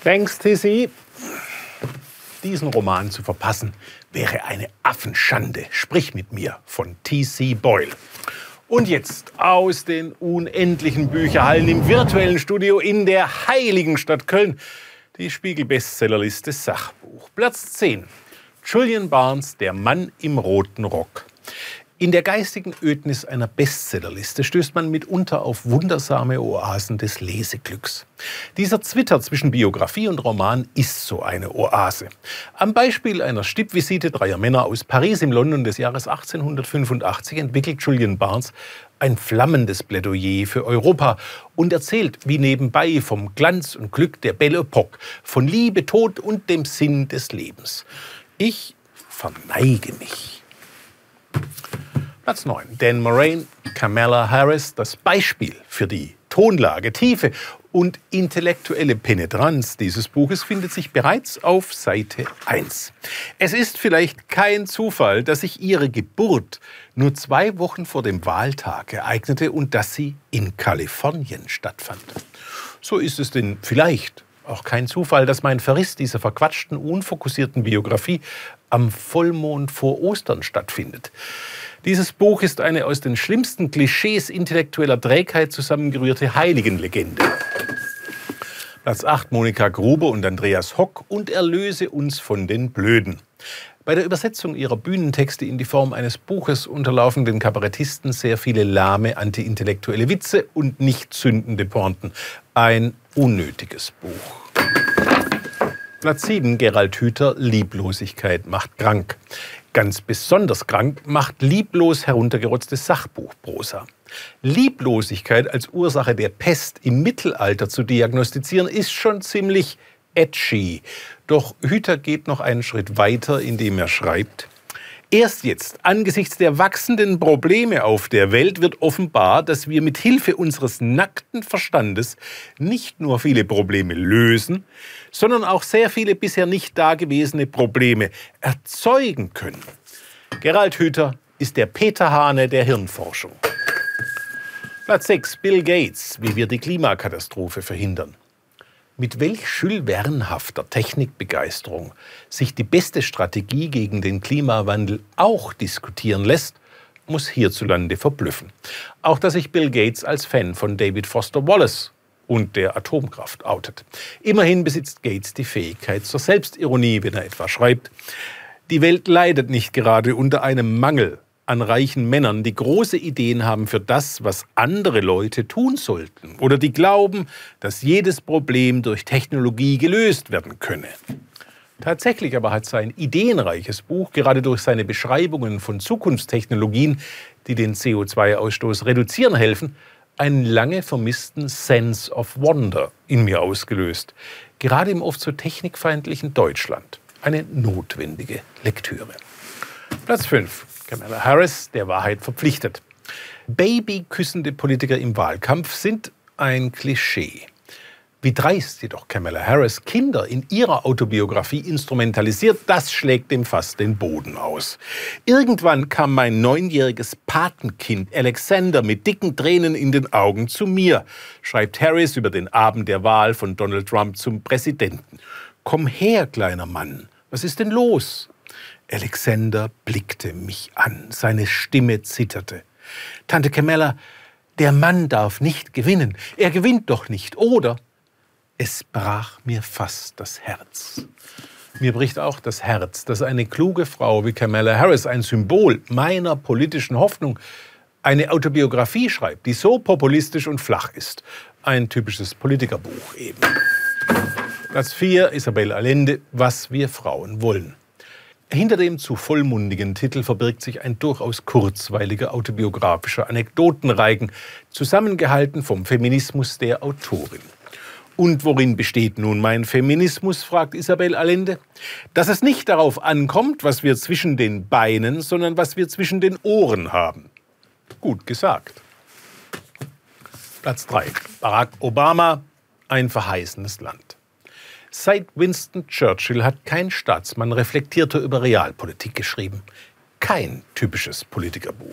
Thanks, Tissy. Diesen Roman zu verpassen, wäre eine Affenschande. Sprich mit mir von T.C. Boyle. Und jetzt aus den unendlichen Bücherhallen im virtuellen Studio in der heiligen Stadt Köln die Spiegel-Bestsellerliste Sachbuch. Platz 10. Julian Barnes, der Mann im roten Rock. In der geistigen Ödnis einer Bestsellerliste stößt man mitunter auf wundersame Oasen des Leseglücks. Dieser Zwitter zwischen Biografie und Roman ist so eine Oase. Am Beispiel einer Stippvisite dreier Männer aus Paris im London des Jahres 1885 entwickelt Julian Barnes ein flammendes Plädoyer für Europa und erzählt wie nebenbei vom Glanz und Glück der Belle Époque, von Liebe, Tod und dem Sinn des Lebens. Ich verneige mich. Platz 9. Dan Moraine, Kamala Harris, das Beispiel für die Tonlage, Tiefe und intellektuelle Penetranz dieses Buches findet sich bereits auf Seite 1. Es ist vielleicht kein Zufall, dass sich ihre Geburt nur 2 Wochen vor dem Wahltag ereignete und dass sie in Kalifornien stattfand. So ist es denn vielleicht auch kein Zufall, dass mein Verriss dieser verquatschten, unfokussierten Biografie am Vollmond vor Ostern stattfindet. Dieses Buch ist eine aus den schlimmsten Klischees intellektueller Trägheit zusammengerührte Heiligenlegende. Platz 8, Monika Gruber und Andreas Hock und Erlöse uns von den Blöden. Bei der Übersetzung ihrer Bühnentexte in die Form eines Buches unterlaufen den Kabarettisten sehr viele lahme, antiintellektuelle Witze und nicht zündende Pointen. Ein unnötiges Buch. Platz 7, Gerald Hüther, Lieblosigkeit macht krank. Ganz besonders krank macht lieblos heruntergerotzte Sachbuchprosa. Lieblosigkeit als Ursache der Pest im Mittelalter zu diagnostizieren, ist schon ziemlich edgy. Doch Hüther geht noch einen Schritt weiter, indem er schreibt: Erst jetzt, angesichts der wachsenden Probleme auf der Welt, wird offenbar, dass wir mit Hilfe unseres nackten Verstandes nicht nur viele Probleme lösen, sondern auch sehr viele bisher nicht dagewesene Probleme erzeugen können. Gerald Hüther ist der Peter Hane der Hirnforschung. Platz 6. Bill Gates, wie wir die Klimakatastrophe verhindern. Mit welch Jules Verne-hafter Technikbegeisterung sich die beste Strategie gegen den Klimawandel auch diskutieren lässt, muss hierzulande verblüffen. Auch dass sich Bill Gates als Fan von David Foster Wallace und der Atomkraft outet. Immerhin besitzt Gates die Fähigkeit zur Selbstironie, wenn er etwa schreibt: Die Welt leidet nicht gerade unter einem Mangel an reichen Männern, die große Ideen haben für das, was andere Leute tun sollten, oder die glauben, dass jedes Problem durch Technologie gelöst werden könne. Tatsächlich aber hat sein ideenreiches Buch gerade durch seine Beschreibungen von Zukunftstechnologien, die den CO2-Ausstoß reduzieren helfen, einen lange vermissten Sense of Wonder in mir ausgelöst. Gerade im oft so technikfeindlichen Deutschland. Eine notwendige Lektüre. Platz 5. Kamala Harris, der Wahrheit verpflichtet. Babyküssende Politiker im Wahlkampf sind ein Klischee. Wie dreist jedoch Kamala Harris Kinder in ihrer Autobiografie instrumentalisiert, das schlägt dem Fass den Boden aus. Irgendwann kam mein 9-jähriges Patenkind Alexander mit dicken Tränen in den Augen zu mir, schreibt Harris über den Abend der Wahl von Donald Trump zum Präsidenten. Komm her, kleiner Mann, was ist denn los? Alexander blickte mich an, seine Stimme zitterte. Tante Kamala, der Mann darf nicht gewinnen. Er gewinnt doch nicht, oder? Es brach mir fast das Herz. Mir bricht auch das Herz, dass eine kluge Frau wie Kamala Harris, ein Symbol meiner politischen Hoffnung, eine Autobiografie schreibt, die so populistisch und flach ist. Ein typisches Politikerbuch eben. Platz 4, Isabel Allende, Was wir Frauen wollen. Hinter dem zu vollmundigen Titel verbirgt sich ein durchaus kurzweiliger autobiografischer Anekdotenreigen, zusammengehalten vom Feminismus der Autorin. Und worin besteht nun mein Feminismus, fragt Isabel Allende. Dass es nicht darauf ankommt, was wir zwischen den Beinen, sondern was wir zwischen den Ohren haben. Gut gesagt. Platz 3. Barack Obama, ein verheißenes Land. Seit Winston Churchill hat kein Staatsmann reflektierter über Realpolitik geschrieben. Kein typisches Politikerbuch.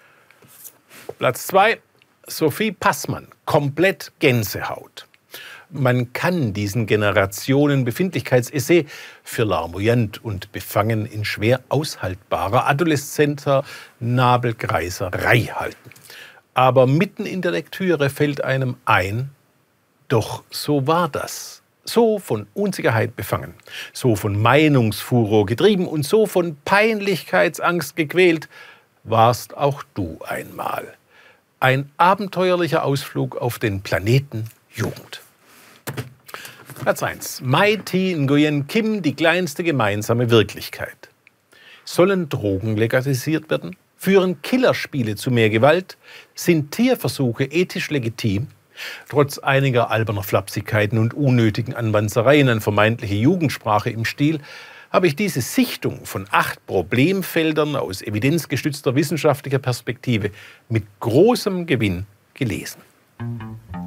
Platz 2. Sophie Passmann, komplett Gänsehaut. Man kann diesen Generationenbefindlichkeitsessay für larmoyant und befangen in schwer aushaltbarer adoleszenter Nabelgreiserei halten. Aber mitten in der Lektüre fällt einem ein, doch so war das. So von Unsicherheit befangen, so von Meinungsfuror getrieben und so von Peinlichkeitsangst gequält, warst auch du einmal. Ein abenteuerlicher Ausflug auf den Planeten Jugend. Platz 1. Mai Thi Nguyen Kim, die kleinste gemeinsame Wirklichkeit. Sollen Drogen legalisiert werden? Führen Killerspiele zu mehr Gewalt? Sind Tierversuche ethisch legitim? Trotz einiger alberner Flapsigkeiten und unnötigen Anwanzereien an vermeintliche Jugendsprache im Stil habe ich diese Sichtung von 8 Problemfeldern aus evidenzgestützter wissenschaftlicher Perspektive mit großem Gewinn gelesen.